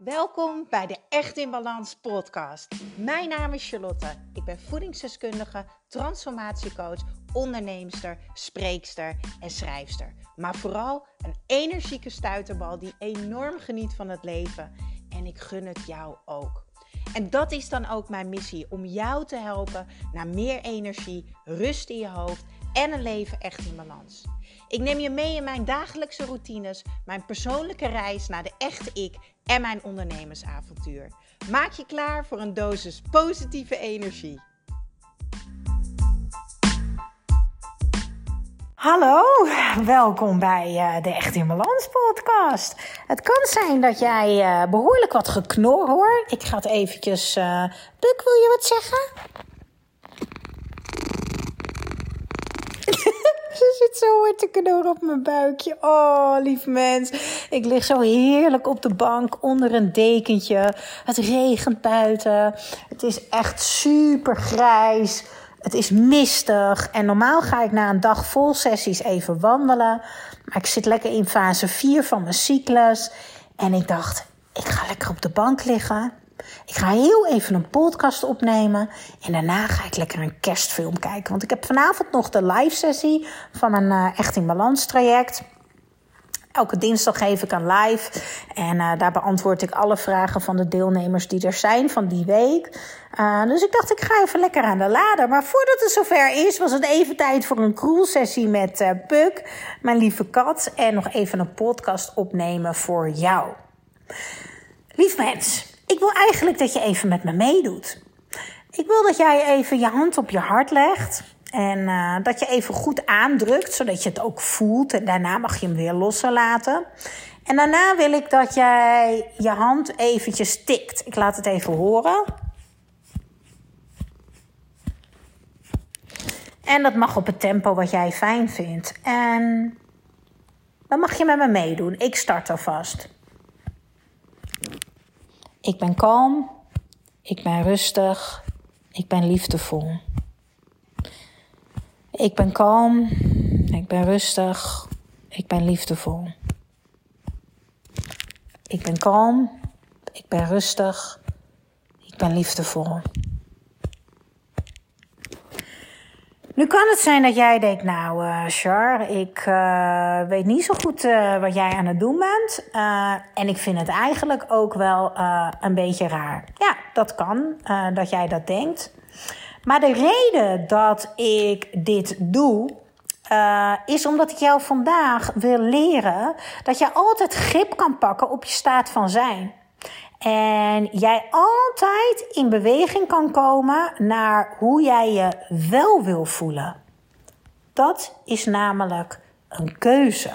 Welkom bij de Echt in Balans podcast. Mijn naam is Charlotte. Ik ben voedingsdeskundige, transformatiecoach, onderneemster, spreekster en schrijfster. Maar vooral een energieke stuiterbal die enorm geniet van het leven. En ik gun het jou ook. En dat is dan ook mijn missie, om jou te helpen naar meer energie, rust in je hoofd en een leven echt in balans. Ik neem je mee in mijn dagelijkse routines, mijn persoonlijke reis naar de echte ik en mijn ondernemersavontuur. Maak je klaar voor een dosis positieve energie. Hallo, welkom bij de Echt in Balans podcast. Het kan zijn dat jij behoorlijk wat geknor hoort. Ik ga het eventjes... Puk, wil je wat zeggen? Ze zit zo hard te knorren op mijn buikje. Oh, lief mens. Ik lig zo heerlijk op de bank onder een dekentje. Het regent buiten. Het is echt super grijs. Het is mistig. En normaal ga ik na een dag vol sessies even wandelen. Maar ik zit lekker in fase 4 van mijn cyclus. En ik dacht, ik ga lekker op de bank liggen. Ik ga heel even een podcast opnemen. En daarna ga ik lekker een kerstfilm kijken. Want ik heb vanavond nog de live sessie van mijn Echt in Balans traject. Elke dinsdag geef ik een live. En daar beantwoord ik alle vragen van de deelnemers die er zijn van die week. Dus ik dacht, ik ga even lekker aan de lader. Maar voordat het zover is, was het even tijd voor een kroelsessie met Puk, mijn lieve kat. En nog even een podcast opnemen voor jou. Lief mens, ik wil eigenlijk dat je even met me meedoet. Ik wil dat jij even je hand op je hart legt. En dat je even goed aandrukt, zodat je het ook voelt. En daarna mag je hem weer loslaten. En daarna wil ik dat jij je hand eventjes tikt. Ik laat het even horen. En dat mag op het tempo wat jij fijn vindt. En dan mag je met me meedoen. Ik start alvast. Ik ben kalm. Ik ben rustig. Ik ben liefdevol. Ik ben kalm, ik ben rustig, ik ben liefdevol. Ik ben kalm, ik ben rustig, ik ben liefdevol. Nu kan het zijn dat jij denkt, nou Char, ik weet niet zo goed wat jij aan het doen bent. En ik vind het eigenlijk ook wel een beetje raar. Ja, dat kan, dat jij dat denkt. Maar de reden dat ik dit doe, is omdat ik jou vandaag wil leren dat je altijd grip kan pakken op je staat van zijn. En jij altijd in beweging kan komen naar hoe jij je wel wil voelen. Dat is namelijk een keuze.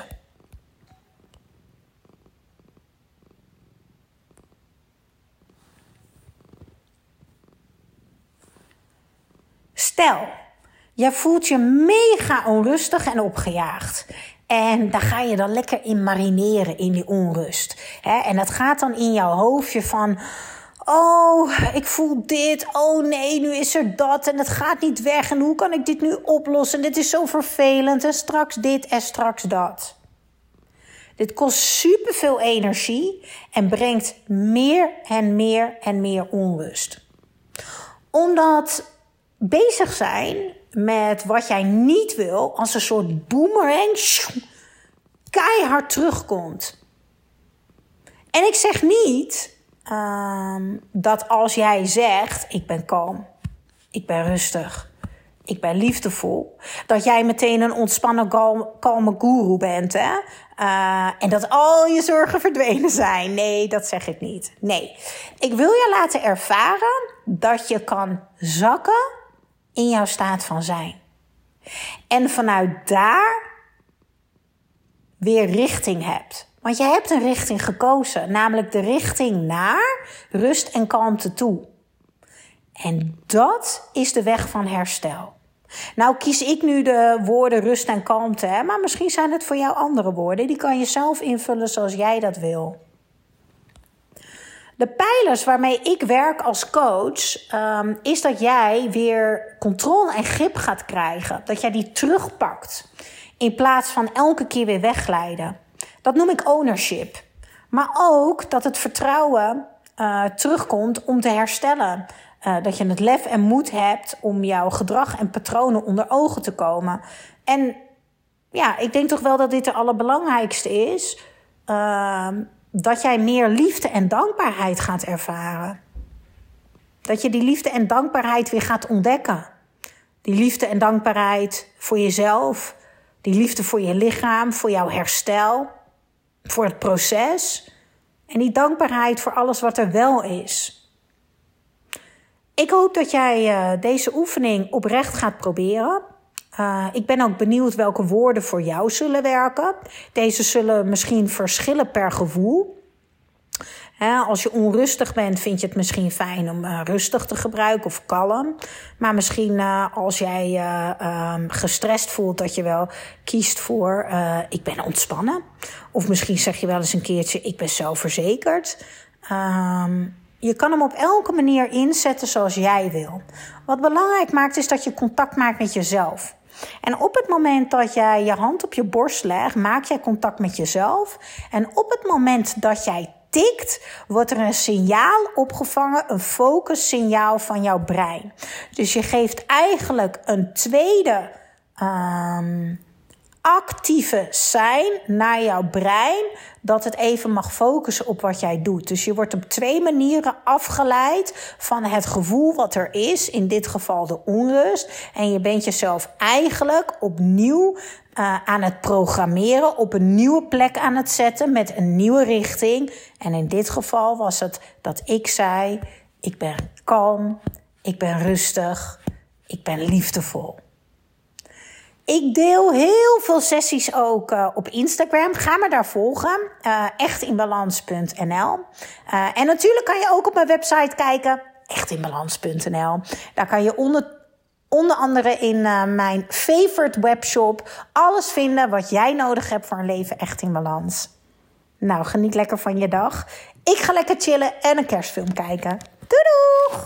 Stel, jij voelt je mega onrustig en opgejaagd. En daar ga je dan lekker in marineren, in die onrust. En dat gaat dan in jouw hoofdje van... Oh, ik voel dit. Oh nee, nu is er dat. En het gaat niet weg. En hoe kan ik dit nu oplossen? En dit is zo vervelend. En straks dit en straks dat. Dit kost superveel energie. En brengt meer en meer en meer onrust. Omdat... bezig zijn met wat jij niet wil, als een soort boemerang keihard terugkomt. En ik zeg niet dat als jij zegt, ik ben kalm, ik ben rustig, ik ben liefdevol, dat jij meteen een ontspannen, kalme goeroe bent, hè? En dat al je zorgen verdwenen zijn. Nee, dat zeg ik niet. Nee, ik wil je laten ervaren dat je kan zakken in jouw staat van zijn. En vanuit daar weer richting hebt. Want je hebt een richting gekozen. Namelijk de richting naar rust en kalmte toe. En dat is de weg van herstel. Nou kies ik nu de woorden rust en kalmte. Hè? Maar misschien zijn het voor jou andere woorden. Die kan je zelf invullen zoals jij dat wil. De pijlers waarmee ik werk als coach, is dat jij weer controle en grip gaat krijgen. Dat jij die terugpakt in plaats van elke keer weer wegglijden. Dat noem ik ownership. Maar ook dat het vertrouwen terugkomt om te herstellen. Dat je het lef en moed hebt om jouw gedrag en patronen onder ogen te komen. En ja, ik denk toch wel dat dit de allerbelangrijkste is. Dat jij meer liefde en dankbaarheid gaat ervaren. Dat je die liefde en dankbaarheid weer gaat ontdekken. Die liefde en dankbaarheid voor jezelf. Die liefde voor je lichaam, voor jouw herstel. Voor het proces. En die dankbaarheid voor alles wat er wel is. Ik hoop dat jij deze oefening oprecht gaat proberen. Ik ben ook benieuwd welke woorden voor jou zullen werken. Deze zullen misschien verschillen per gevoel. Als je onrustig bent, vind je het misschien fijn om rustig te gebruiken of kalm. Maar misschien als jij gestrest voelt, dat je wel kiest voor ik ben ontspannen. Of misschien zeg je wel eens een keertje ik ben zelfverzekerd. Je kan hem op elke manier inzetten zoals jij wil. Wat belangrijk maakt is dat je contact maakt met jezelf. En op het moment dat jij je hand op je borst legt, maak jij contact met jezelf. En op het moment dat jij tikt, wordt er een signaal opgevangen, een focussignaal van jouw brein. Dus je geeft eigenlijk een tweede actieve sein naar jouw brein, dat het even mag focussen op wat jij doet. Dus je wordt op 2 manieren afgeleid van het gevoel wat er is, in dit geval de onrust. En je bent jezelf eigenlijk opnieuw aan het programmeren, op een nieuwe plek aan het zetten met een nieuwe richting. En in dit geval was het dat ik zei, ik ben kalm, ik ben rustig, ik ben liefdevol. Ik deel heel veel sessies ook op Instagram. Ga me daar volgen. echtinbalans.nl. En natuurlijk kan je ook op mijn website kijken. echtinbalans.nl. Daar kan je onder andere in mijn favorite webshop alles vinden wat jij nodig hebt voor een leven echt in balans. Nou, geniet lekker van je dag. Ik ga lekker chillen en een kerstfilm kijken. Doei doeg!